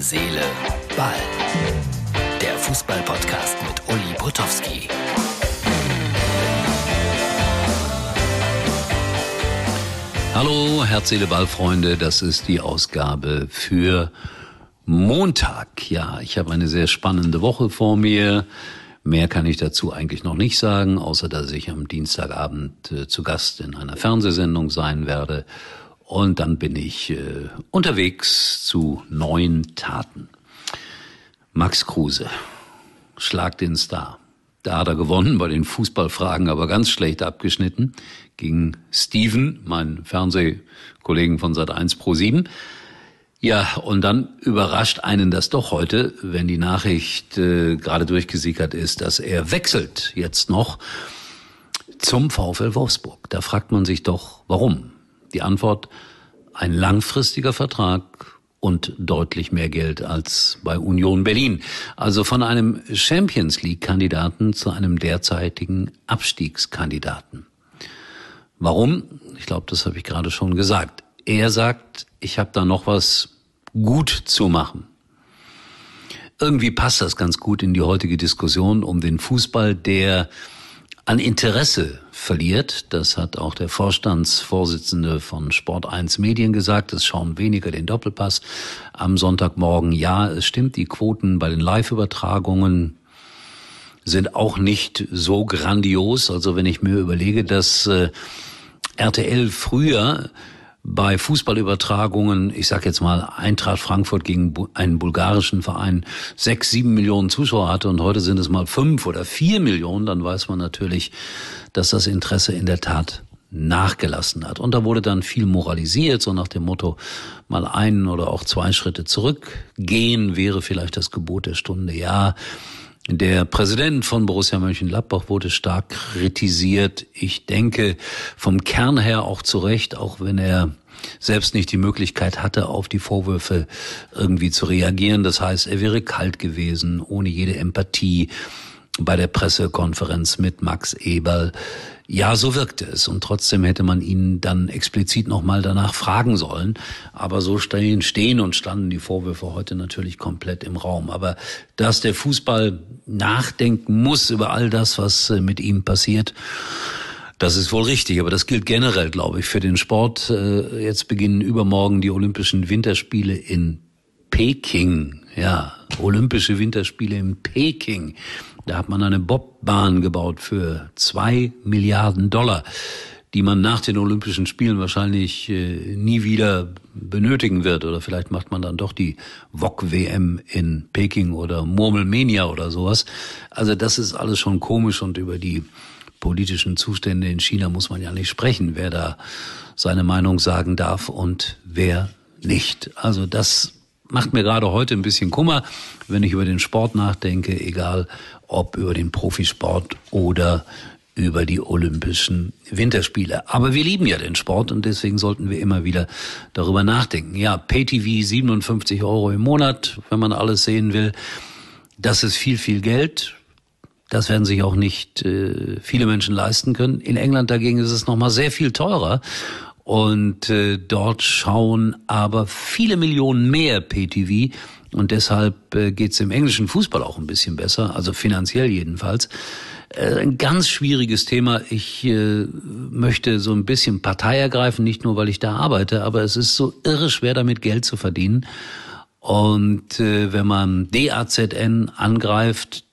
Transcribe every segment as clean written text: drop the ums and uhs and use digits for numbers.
Seele, Ball. Der Fußball-Podcast mit Uli Potowski. Hallo, Herz, Seele, Ball, Freunde. Das ist die Ausgabe für Montag. Ja, ich habe eine sehr spannende Woche vor mir. Mehr kann ich dazu eigentlich noch nicht sagen, außer dass ich am Dienstagabend zu Gast in einer Fernsehsendung sein werde. Und dann bin ich unterwegs zu neuen Taten. Max Kruse, Schlag den Star. Da hat er gewonnen, bei den Fußballfragen aber ganz schlecht abgeschnitten. Gegen Steven, meinen Fernsehkollegen von Sat.1 Pro7. Ja, und dann überrascht einen das doch heute, wenn die Nachricht gerade durchgesickert ist, dass er wechselt jetzt noch zum VfL Wolfsburg. Da fragt man sich doch, warum? Die Antwort, ein langfristiger Vertrag und deutlich mehr Geld als bei Union Berlin. Also von einem Champions-League-Kandidaten zu einem derzeitigen Abstiegskandidaten. Warum? Ich glaube, das habe ich gerade schon gesagt. Er sagt, ich habe da noch was gut zu machen. Irgendwie passt das ganz gut in die heutige Diskussion um den Fußball, der an Interesse verliert. Das hat auch der Vorstandsvorsitzende von Sport1 Medien gesagt. Es schauen weniger den Doppelpass am Sonntagmorgen. Ja, es stimmt, die Quoten bei den Live-Übertragungen sind auch nicht so grandios. Also wenn ich mir überlege, dass RTL früher bei Fußballübertragungen, ich sag jetzt mal Eintracht Frankfurt gegen einen bulgarischen Verein 6-7 Millionen Zuschauer hatte und heute sind es mal 5 oder 4 Millionen, dann weiß man natürlich, dass das Interesse in der Tat nachgelassen hat. Und da wurde dann viel moralisiert, so nach dem Motto, mal einen oder auch 2 Schritte zurückgehen wäre vielleicht das Gebot der Stunde. Ja, der Präsident von Borussia Mönchengladbach wurde stark kritisiert. Ich denke, vom Kern her auch zu Recht, auch wenn er selbst nicht die Möglichkeit hatte, auf die Vorwürfe irgendwie zu reagieren. Das heißt, er wäre kalt gewesen, ohne jede Empathie bei der Pressekonferenz mit Max Eberl. Ja, so wirkte es. Und trotzdem hätte man ihn dann explizit nochmal danach fragen sollen. Aber so stehen und standen die Vorwürfe heute natürlich komplett im Raum. Aber dass der Fußball nachdenken muss über all das, was mit ihm passiert, das ist wohl richtig. Aber das gilt generell, glaube ich, für den Sport. Jetzt beginnen übermorgen die Olympischen Winterspiele in Peking. Ja, Olympische Winterspiele in Peking. Da hat man eine Bobbahn gebaut für $2 Milliarden, die man nach den Olympischen Spielen wahrscheinlich nie wieder benötigen wird. Oder vielleicht macht man dann doch die Wok-WM in Peking oder Murmelmania oder sowas. Also das ist alles schon komisch und über die politischen Zustände in China muss man ja nicht sprechen, wer da seine Meinung sagen darf und wer nicht. Also das macht mir gerade heute ein bisschen Kummer, wenn ich über den Sport nachdenke, egal ob über den Profisport oder über die Olympischen Winterspiele. Aber wir lieben ja den Sport und deswegen sollten wir immer wieder darüber nachdenken. Ja, Pay-TV 57 € im Monat, wenn man alles sehen will. Das ist viel, viel Geld. Das werden sich auch nicht viele Menschen leisten können. In England dagegen ist es nochmal sehr viel teurer. Und dort schauen aber viele Millionen mehr Pay-TV und deshalb geht's im englischen Fußball auch ein bisschen besser, also finanziell jedenfalls. Ein ganz schwieriges Thema. Ich möchte so ein bisschen Partei ergreifen, nicht nur, weil ich da arbeite, aber es ist so irre schwer, damit Geld zu verdienen. Und wenn man DAZN angreift,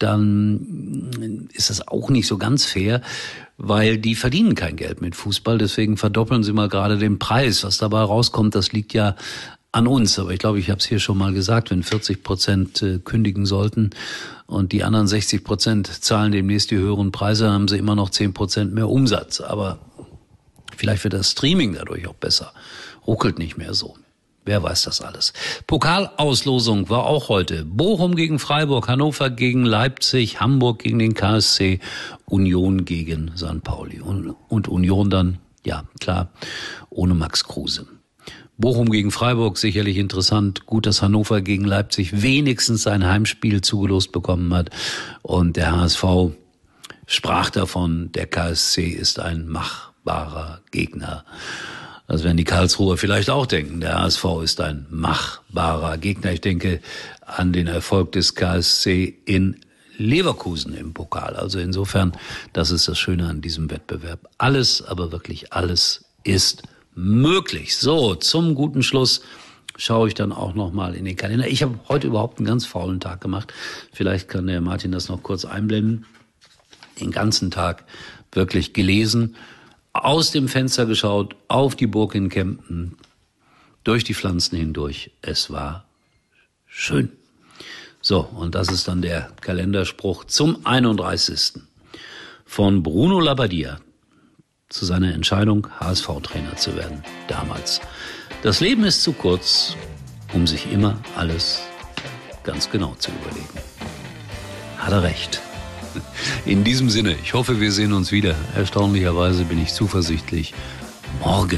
dann ist das auch nicht so ganz fair, weil die verdienen kein Geld mit Fußball. Deswegen verdoppeln sie mal gerade den Preis. Was dabei rauskommt, das liegt ja an uns. Aber ich glaube, ich habe es hier schon mal gesagt, wenn 40% kündigen sollten und die anderen 60% zahlen demnächst die höheren Preise, haben sie immer noch 10% mehr Umsatz. Aber vielleicht wird das Streaming dadurch auch besser. Ruckelt nicht mehr so. Wer weiß das alles. Pokalauslosung war auch heute. Bochum gegen Freiburg, Hannover gegen Leipzig, Hamburg gegen den KSC, Union gegen St. Pauli. Und Union dann, ja klar, ohne Max Kruse. Bochum gegen Freiburg sicherlich interessant. Gut, dass Hannover gegen Leipzig wenigstens ein Heimspiel zugelost bekommen hat. Und der HSV sprach davon, der KSC ist ein machbarer Gegner. Das werden die Karlsruher vielleicht auch denken. Der HSV ist ein machbarer Gegner. Ich denke an den Erfolg des KSC in Leverkusen im Pokal. Also insofern, das ist das Schöne an diesem Wettbewerb. Alles, aber wirklich alles ist möglich. So, zum guten Schluss schaue ich dann auch noch mal in den Kalender. Ich habe heute überhaupt einen ganz faulen Tag gemacht. Vielleicht kann der Martin das noch kurz einblenden. Den ganzen Tag wirklich gelesen, aus dem Fenster geschaut, auf die Burg in Kempten, durch die Pflanzen hindurch. Es war schön. So, und das ist dann der Kalenderspruch zum 31. von Bruno Labbadia zu seiner Entscheidung, HSV-Trainer zu werden, damals. Das Leben ist zu kurz, um sich immer alles ganz genau zu überlegen. Hat er recht. In diesem Sinne, ich hoffe, wir sehen uns wieder. Erstaunlicherweise bin ich zuversichtlich. Morgen.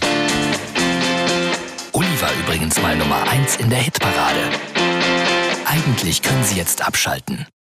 Uli war übrigens mal Nummer 1 in der Hitparade. Eigentlich können Sie jetzt abschalten.